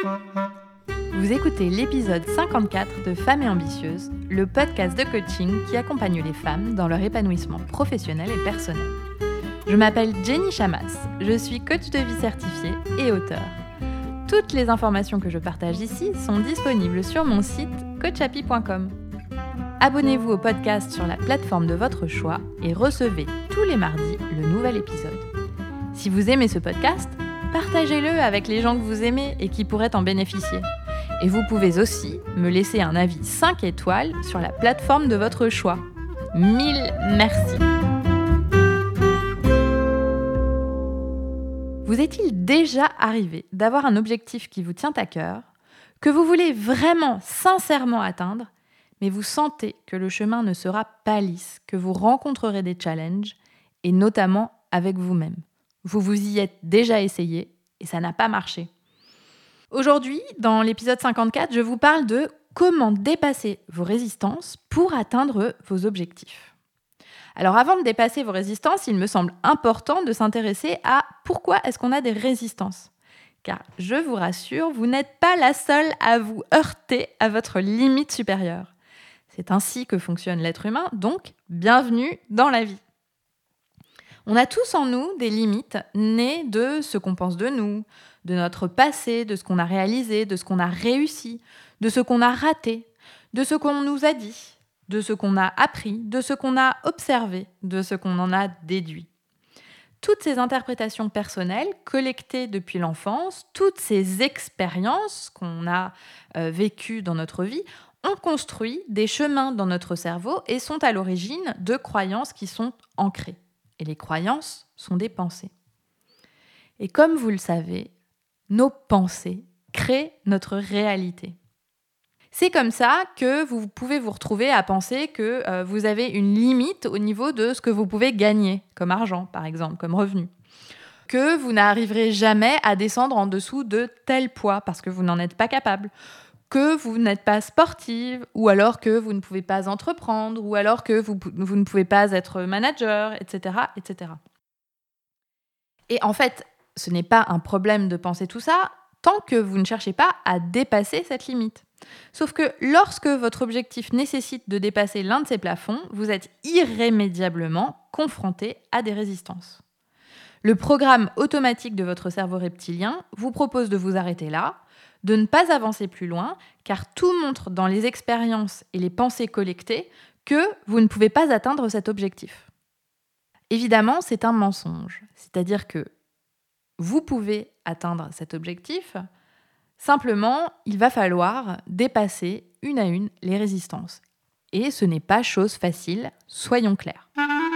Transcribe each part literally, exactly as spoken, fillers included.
Vous écoutez l'épisode cinquante-quatre de Femmes et Ambitieuses, le podcast de coaching qui accompagne les femmes dans leur épanouissement professionnel et personnel. Je m'appelle Jenny Chamas, je suis coach de vie certifiée et auteure. Toutes les informations que je partage ici sont disponibles sur mon site coach happy point com. Abonnez-vous au podcast sur la plateforme de votre choix et recevez tous les mardis le nouvel épisode. Si vous aimez ce podcast, partagez-le avec les gens que vous aimez et qui pourraient en bénéficier. Et vous pouvez aussi me laisser un avis cinq étoiles sur la plateforme de votre choix. Mille merci. Vous est-il déjà arrivé d'avoir un objectif qui vous tient à cœur, que vous voulez vraiment, sincèrement atteindre, mais vous sentez que le chemin ne sera pas lisse, que vous rencontrerez des challenges, et notamment avec vous-même. Vous vous y êtes déjà essayé et ça n'a pas marché. Aujourd'hui, dans l'épisode cinquante-quatre, je vous parle de comment dépasser vos résistances pour atteindre vos objectifs. Alors avant de dépasser vos résistances, il me semble important de s'intéresser à pourquoi est-ce qu'on a des résistances. Car je vous rassure, vous n'êtes pas la seule à vous heurter à votre limite supérieure. C'est ainsi que fonctionne l'être humain, donc bienvenue dans la vie. On a tous en nous des limites nées de ce qu'on pense de nous, de notre passé, de ce qu'on a réalisé, de ce qu'on a réussi, de ce qu'on a raté, de ce qu'on nous a dit, de ce qu'on a appris, de ce qu'on a observé, de ce qu'on en a déduit. Toutes ces interprétations personnelles collectées depuis l'enfance, toutes ces expériences qu'on a euh, vécues dans notre vie, ont construit des chemins dans notre cerveau et sont à l'origine de croyances qui sont ancrées. Et les croyances sont des pensées. Et comme vous le savez, nos pensées créent notre réalité. C'est comme ça que vous pouvez vous retrouver à penser que euh, vous avez une limite au niveau de ce que vous pouvez gagner, comme argent par exemple, comme revenu. Que vous n'arriverez jamais à descendre en dessous de tel poids parce que vous n'en êtes pas capable. Que vous n'êtes pas sportive, ou alors que vous ne pouvez pas entreprendre, ou alors que vous, vous ne pouvez pas être manager, et cetera, et cetera. Et en fait, ce n'est pas un problème de penser tout ça tant que vous ne cherchez pas à dépasser cette limite. Sauf que lorsque votre objectif nécessite de dépasser l'un de ces plafonds, vous êtes irrémédiablement confronté à des résistances. Le programme automatique de votre cerveau reptilien vous propose de vous arrêter là, de ne pas avancer plus loin, car tout montre dans les expériences et les pensées collectées que vous ne pouvez pas atteindre cet objectif. Évidemment, c'est un mensonge, c'est-à-dire que vous pouvez atteindre cet objectif, simplement, il va falloir dépasser une à une les résistances. Et ce n'est pas chose facile, soyons clairs.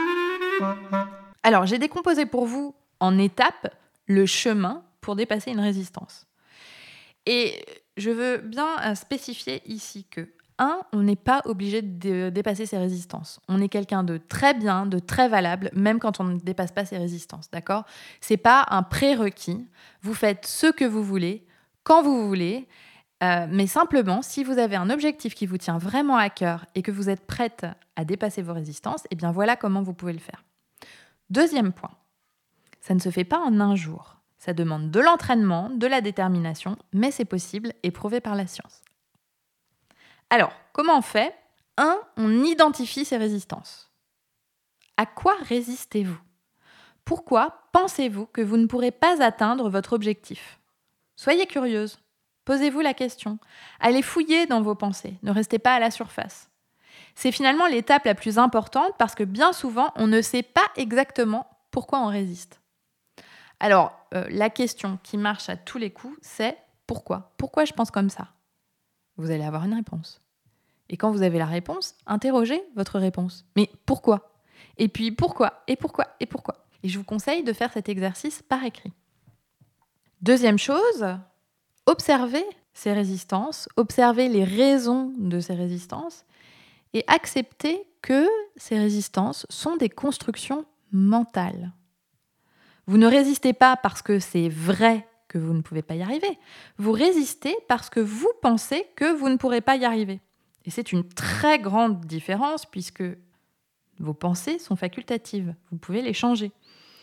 Alors, j'ai décomposé pour vous en étapes le chemin pour dépasser une résistance. Et je veux bien spécifier ici que, un, on n'est pas obligé de dépasser ses résistances. On est quelqu'un de très bien, de très valable, même quand on ne dépasse pas ses résistances, d'accord ? C'est pas un prérequis. Vous faites ce que vous voulez, quand vous voulez, euh, mais simplement, si vous avez un objectif qui vous tient vraiment à cœur et que vous êtes prête à dépasser vos résistances, eh bien voilà comment vous pouvez le faire. Deuxième point, ça ne se fait pas en un jour. Ça demande de l'entraînement, de la détermination, mais c'est possible et prouvé par la science. Alors, comment on fait ? un. On identifie ses résistances. À quoi résistez-vous ? Pourquoi pensez-vous que vous ne pourrez pas atteindre votre objectif ? Soyez curieuse, posez-vous la question. Allez fouiller dans vos pensées, ne restez pas à la surface. C'est finalement l'étape la plus importante parce que bien souvent, on ne sait pas exactement pourquoi on résiste. Alors, euh, la question qui marche à tous les coups, c'est pourquoi ? Pourquoi je pense comme ça ? Vous allez avoir une réponse. Et quand vous avez la réponse, interrogez votre réponse. Mais pourquoi ? Et puis pourquoi ? Et pourquoi ? Et pourquoi ? Et je vous conseille de faire cet exercice par écrit. Deuxième chose, observez ces résistances, observez les raisons de ces résistances et acceptez que ces résistances sont des constructions mentales. Vous ne résistez pas parce que c'est vrai que vous ne pouvez pas y arriver. Vous résistez parce que vous pensez que vous ne pourrez pas y arriver. Et c'est une très grande différence puisque vos pensées sont facultatives. Vous pouvez les changer.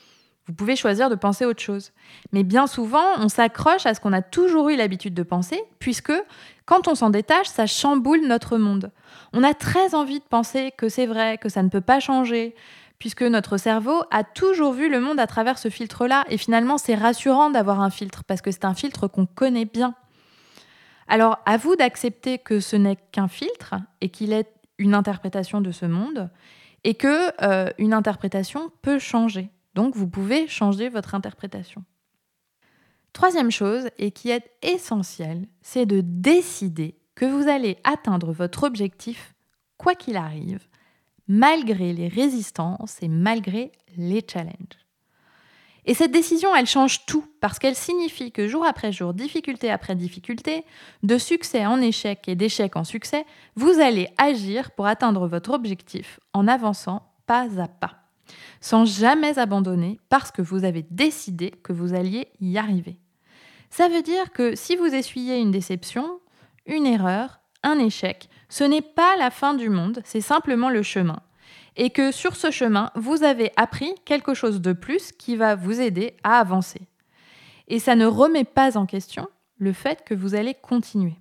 Vous pouvez choisir de penser autre chose. Mais bien souvent, on s'accroche à ce qu'on a toujours eu l'habitude de penser, puisque quand on s'en détache, ça chamboule notre monde. On a très envie de penser que c'est vrai, que ça ne peut pas changer, puisque notre cerveau a toujours vu le monde à travers ce filtre-là. Et finalement, c'est rassurant d'avoir un filtre, parce que c'est un filtre qu'on connaît bien. Alors, à vous d'accepter que ce n'est qu'un filtre, et qu'il est une interprétation de ce monde, et que euh, une interprétation peut changer. Donc, vous pouvez changer votre interprétation. Troisième chose, et qui est essentielle, c'est de décider que vous allez atteindre votre objectif, quoi qu'il arrive, malgré les résistances et malgré les challenges. Et cette décision, elle change tout, parce qu'elle signifie que jour après jour, difficulté après difficulté, de succès en échec et d'échec en succès, vous allez agir pour atteindre votre objectif en avançant pas à pas, sans jamais abandonner parce que vous avez décidé que vous alliez y arriver. Ça veut dire que si vous essuyez une déception, une erreur, un échec, ce n'est pas la fin du monde, c'est simplement le chemin. Et que sur ce chemin, vous avez appris quelque chose de plus qui va vous aider à avancer. Et ça ne remet pas en question le fait que vous allez continuer.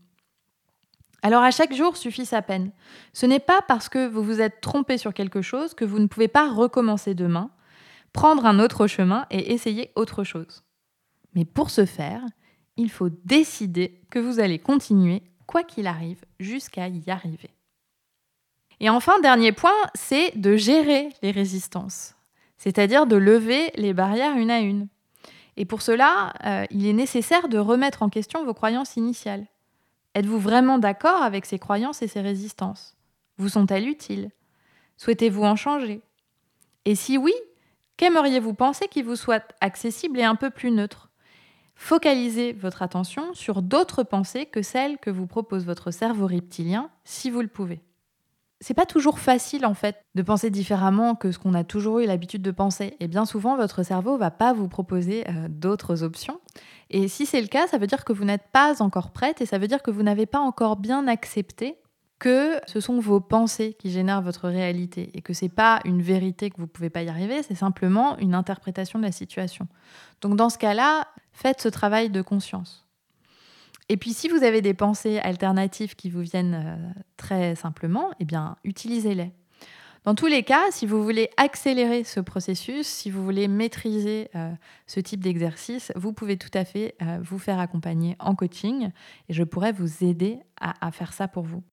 Alors à chaque jour suffit sa peine. Ce n'est pas parce que vous vous êtes trompé sur quelque chose que vous ne pouvez pas recommencer demain, prendre un autre chemin et essayer autre chose. Mais pour ce faire, il faut décider que vous allez continuer, quoi qu'il arrive, jusqu'à y arriver. Et enfin, dernier point, c'est de gérer les résistances, c'est-à-dire de lever les barrières une à une. Et pour cela, euh, il est nécessaire de remettre en question vos croyances initiales. Êtes-vous vraiment d'accord avec ces croyances et ces résistances ? Vous sont-elles utiles ? Souhaitez-vous en changer ? Et si oui, qu'aimeriez-vous penser qui vous soit accessible et un peu plus neutre ? Focalisez votre attention sur d'autres pensées que celles que vous propose votre cerveau reptilien, si vous le pouvez. C'est pas toujours facile en fait de penser différemment que ce qu'on a toujours eu l'habitude de penser. Et bien souvent, votre cerveau va pas vous proposer euh, d'autres options. Et si c'est le cas, ça veut dire que vous n'êtes pas encore prête et ça veut dire que vous n'avez pas encore bien accepté que ce sont vos pensées qui génèrent votre réalité et que c'est pas une vérité que vous pouvez pas y arriver, c'est simplement une interprétation de la situation. Donc dans ce cas-là, faites ce travail de conscience. Et puis, si vous avez des pensées alternatives qui vous viennent euh, très simplement, eh bien, utilisez-les. Dans tous les cas, si vous voulez accélérer ce processus, si vous voulez maîtriser euh, ce type d'exercice, vous pouvez tout à fait euh, vous faire accompagner en coaching et je pourrais vous aider à, à faire ça pour vous.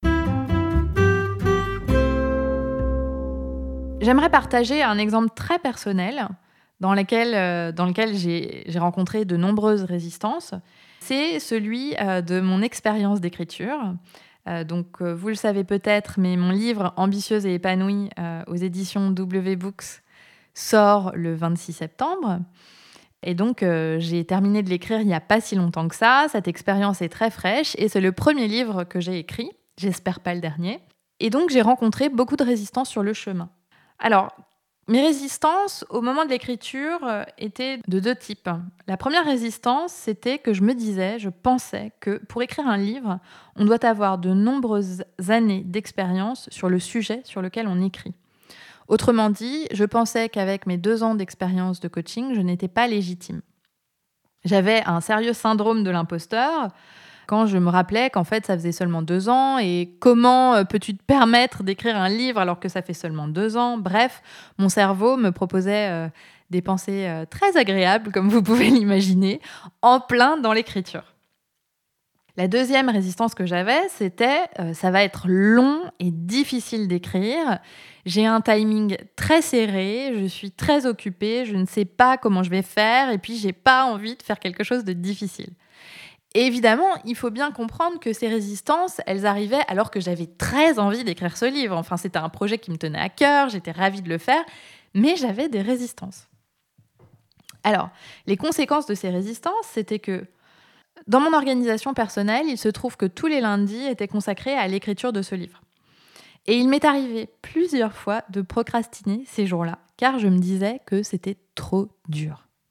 J'aimerais partager un exemple très personnel dans lequel, euh, dans lequel j'ai, j'ai rencontré de nombreuses résistances. C'est celui euh, de mon expérience d'écriture. Euh, donc, euh, vous le savez peut-être, mais mon livre « Ambitieuse et épanouie euh, » aux éditions W Books sort le vingt-six septembre. Et donc, euh, j'ai terminé de l'écrire il n'y a pas si longtemps que ça. Cette expérience est très fraîche et c'est le premier livre que j'ai écrit. J'espère pas le dernier. Et donc, j'ai rencontré beaucoup de résistance sur le chemin. Alors, mes résistances au moment de l'écriture euh, étaient de deux types. La première résistance, c'était que je me disais, je pensais que pour écrire un livre, on doit avoir de nombreuses années d'expérience sur le sujet sur lequel on écrit. Autrement dit, je pensais qu'avec mes deux ans d'expérience de coaching, je n'étais pas légitime. J'avais un sérieux syndrome de l'imposteur quand je me rappelais qu'en fait, ça faisait seulement deux ans et comment peux-tu te permettre d'écrire un livre alors que ça fait seulement deux ans ? Bref, mon cerveau me proposait euh, des pensées euh, très agréables, comme vous pouvez l'imaginer, en plein dans l'écriture. La deuxième résistance que j'avais, c'était euh, ça va être long et difficile d'écrire. J'ai un timing très serré, je suis très occupée, je ne sais pas comment je vais faire et puis j'ai pas envie de faire quelque chose de difficile. Et évidemment, il faut bien comprendre que ces résistances, elles arrivaient alors que j'avais très envie d'écrire ce livre. Enfin, c'était un projet qui me tenait à cœur, j'étais ravie de le faire, mais j'avais des résistances. Alors, les conséquences de ces résistances, c'était que dans mon organisation personnelle, il se trouve que tous les lundis étaient consacrés à l'écriture de ce livre. Et il m'est arrivé plusieurs fois de procrastiner ces jours-là, car je me disais que c'était trop dur.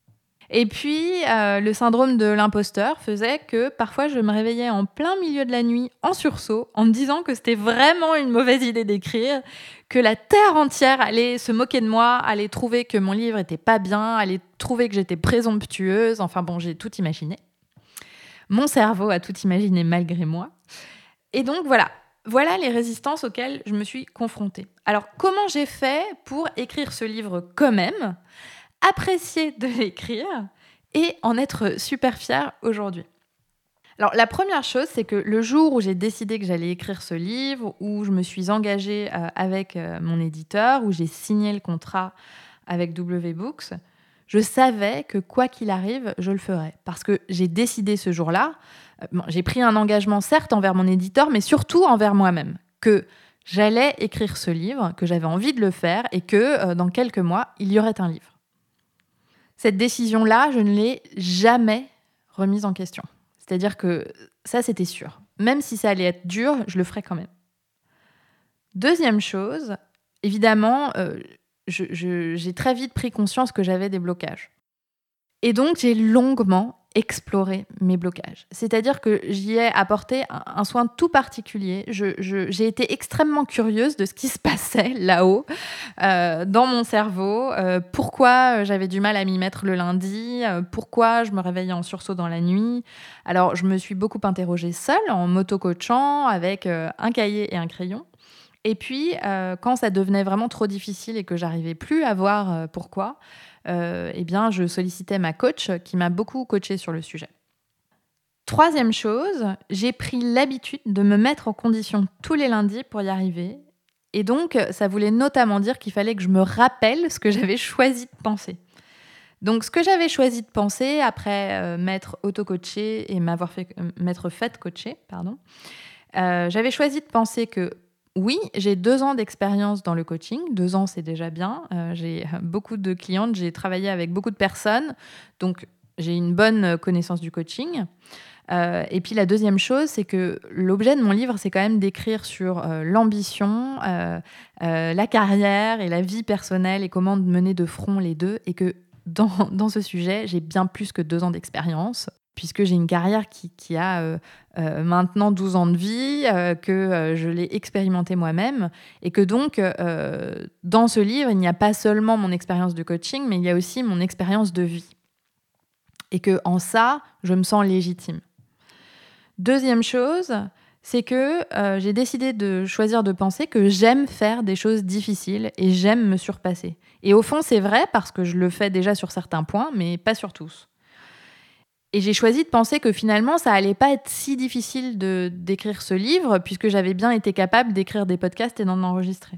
Et puis, euh, le syndrome de l'imposteur faisait que parfois je me réveillais en plein milieu de la nuit en sursaut en me disant que c'était vraiment une mauvaise idée d'écrire, que la terre entière allait se moquer de moi, allait trouver que mon livre était pas bien, allait trouver que j'étais présomptueuse. Enfin bon, j'ai tout imaginé. Mon cerveau a tout imaginé malgré moi. Et donc voilà, voilà les résistances auxquelles je me suis confrontée. Alors comment j'ai fait pour écrire ce livre quand même, apprécier de l'écrire et en être super fière aujourd'hui? Alors la première chose, c'est que le jour où j'ai décidé que j'allais écrire ce livre, où je me suis engagée euh, avec euh, mon éditeur, où j'ai signé le contrat avec W Books, je savais que quoi qu'il arrive, je le ferais. Parce que j'ai décidé ce jour-là, euh, bon, j'ai pris un engagement certes envers mon éditeur, mais surtout envers moi-même, que j'allais écrire ce livre, que j'avais envie de le faire et que euh, dans quelques mois, il y aurait un livre. Cette décision-là, je ne l'ai jamais remise en question. C'est-à-dire que ça, c'était sûr. Même si ça allait être dur, je le ferais quand même. Deuxième chose, évidemment, euh, je, je, j'ai très vite pris conscience que j'avais des blocages. Et donc, j'ai longuement exploré mes blocages. C'est-à-dire que j'y ai apporté un, un soin tout particulier. Je, je, j'ai été extrêmement curieuse de ce qui se passait là-haut, euh, dans mon cerveau, euh, pourquoi j'avais du mal à m'y mettre le lundi, euh, pourquoi je me réveillais en sursaut dans la nuit. Alors, je me suis beaucoup interrogée seule, en m'auto-coachant, avec euh, un cahier et un crayon. Et puis, euh, quand ça devenait vraiment trop difficile et que j'arrivais plus à voir euh, pourquoi, euh, eh bien, je sollicitais ma coach qui m'a beaucoup coachée sur le sujet. Troisième chose, j'ai pris l'habitude de me mettre en condition tous les lundis pour y arriver. Et donc, ça voulait notamment dire qu'il fallait que je me rappelle ce que j'avais choisi de penser. Donc, ce que j'avais choisi de penser après euh, m'être auto-coachée et m'avoir fait, euh, m'être faite coacher, pardon, euh, j'avais choisi de penser que oui, j'ai deux ans d'expérience dans le coaching. Deux ans, c'est déjà bien. Euh, j'ai beaucoup de clientes, j'ai travaillé avec beaucoup de personnes. Donc, j'ai une bonne connaissance du coaching. Euh, et puis, la deuxième chose, c'est que l'objet de mon livre, c'est quand même d'écrire sur euh, l'ambition, euh, euh, la carrière et la vie personnelle et comment mener de front les deux. Et que dans, dans ce sujet, j'ai bien plus que deux ans d'expérience, puisque j'ai une carrière qui, qui a euh, euh, maintenant douze ans de vie, euh, que euh, je l'ai expérimentée moi-même, et que donc, euh, dans ce livre, il n'y a pas seulement mon expérience de coaching, mais il y a aussi mon expérience de vie. Et que en ça, je me sens légitime. Deuxième chose, c'est que euh, j'ai décidé de choisir de penser que j'aime faire des choses difficiles et j'aime me surpasser. Et au fond, c'est vrai, parce que je le fais déjà sur certains points, mais pas sur tous. Et j'ai choisi de penser que finalement, ça allait pas être si difficile de, d'écrire ce livre, puisque j'avais bien été capable d'écrire des podcasts et d'en enregistrer.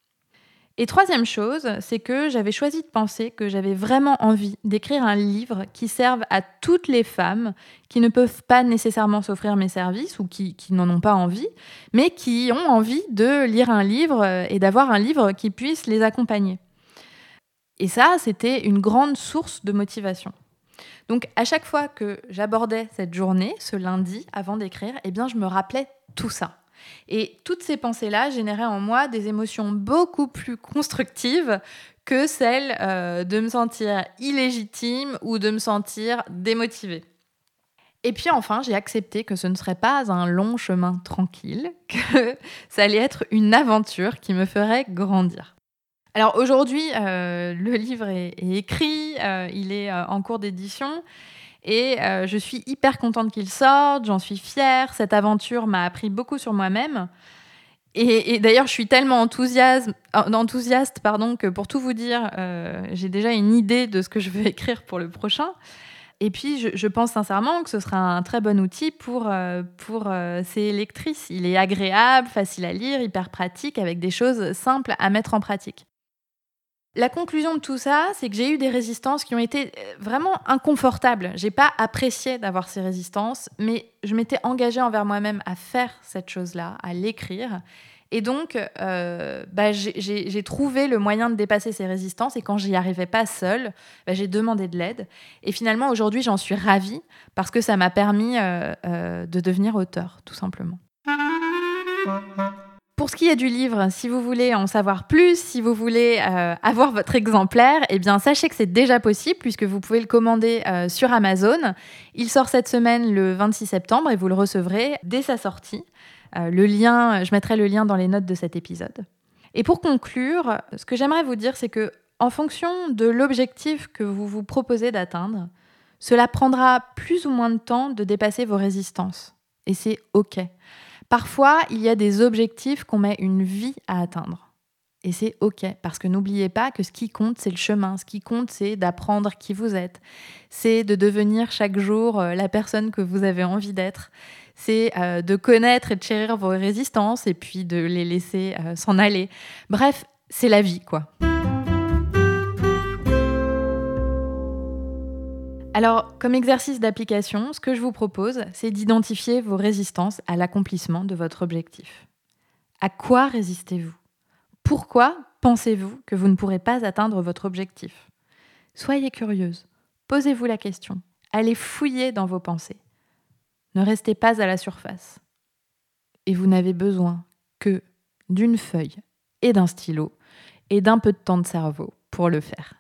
Et troisième chose, c'est que j'avais choisi de penser que j'avais vraiment envie d'écrire un livre qui serve à toutes les femmes qui ne peuvent pas nécessairement s'offrir mes services ou qui, qui n'en ont pas envie, mais qui ont envie de lire un livre et d'avoir un livre qui puisse les accompagner. Et ça, c'était une grande source de motivation. Donc, à chaque fois que j'abordais cette journée, ce lundi, avant d'écrire, eh bien, je me rappelais tout ça. Et toutes ces pensées-là généraient en moi des émotions beaucoup plus constructives que celles euh, de me sentir illégitime ou de me sentir démotivée. Et puis enfin, j'ai accepté que ce ne serait pas un long chemin tranquille, que ça allait être une aventure qui me ferait grandir. Alors aujourd'hui, euh, le livre est, est écrit, euh, il est euh, en cours d'édition et euh, je suis hyper contente qu'il sorte, j'en suis fière. Cette aventure m'a appris beaucoup sur moi-même. Et, et d'ailleurs, je suis tellement enthousiaste, enthousiaste pardon, que pour tout vous dire, euh, j'ai déjà une idée de ce que je veux écrire pour le prochain. Et puis, je, je pense sincèrement que ce sera un très bon outil pour, euh, pour euh, ces lectrices. Il est agréable, facile à lire, hyper pratique, avec des choses simples à mettre en pratique. La conclusion de tout ça, c'est que j'ai eu des résistances qui ont été vraiment inconfortables. J'ai pas apprécié d'avoir ces résistances, mais je m'étais engagée envers moi-même à faire cette chose-là, à l'écrire. Et donc, euh, bah, j'ai, j'ai, j'ai trouvé le moyen de dépasser ces résistances. Et quand j'y arrivais pas seule, bah, j'ai demandé de l'aide. Et finalement, aujourd'hui, j'en suis ravie parce que ça m'a permis euh, euh, de devenir auteure, tout simplement. Pour ce qui est du livre, si vous voulez en savoir plus, si vous voulez euh, avoir votre exemplaire, eh bien sachez que c'est déjà possible puisque vous pouvez le commander euh, sur Amazon. Il sort cette semaine le vingt-six septembre et vous le recevrez dès sa sortie. Euh, le lien, je mettrai le lien dans les notes de cet épisode. Et pour conclure, ce que j'aimerais vous dire, c'est que en fonction de l'objectif que vous vous proposez d'atteindre, cela prendra plus ou moins de temps de dépasser vos résistances. Et c'est OK. Parfois, il y a des objectifs qu'on met une vie à atteindre. Et c'est OK, parce que n'oubliez pas que ce qui compte, c'est le chemin. Ce qui compte, c'est d'apprendre qui vous êtes. C'est de devenir chaque jour la personne que vous avez envie d'être. C'est euh, de connaître et de chérir vos résistances et puis de les laisser euh, s'en aller. Bref, c'est la vie, quoi. Alors, comme exercice d'application, ce que je vous propose, c'est d'identifier vos résistances à l'accomplissement de votre objectif. À quoi résistez-vous ? Pourquoi pensez-vous que vous ne pourrez pas atteindre votre objectif ? Soyez curieuse, posez-vous la question, allez fouiller dans vos pensées. Ne restez pas à la surface. Et vous n'avez besoin que d'une feuille et d'un stylo et d'un peu de temps de cerveau pour le faire.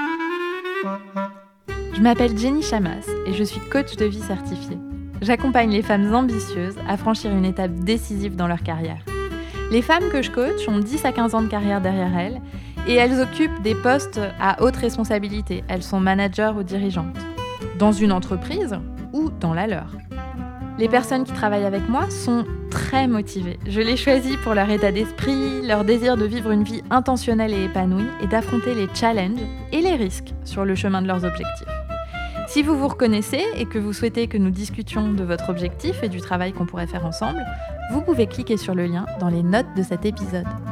Je m'appelle Jenny Chamas et je suis coach de vie certifiée. J'accompagne les femmes ambitieuses à franchir une étape décisive dans leur carrière. Les femmes que je coach ont dix à quinze ans de carrière derrière elles et elles occupent des postes à haute responsabilité. Elles sont managers ou dirigeantes, dans une entreprise ou dans la leur. Les personnes qui travaillent avec moi sont très motivées. Je les choisis pour leur état d'esprit, leur désir de vivre une vie intentionnelle et épanouie et d'affronter les challenges et les risques sur le chemin de leurs objectifs. Si vous vous reconnaissez et que vous souhaitez que nous discutions de votre objectif et du travail qu'on pourrait faire ensemble, vous pouvez cliquer sur le lien dans les notes de cet épisode.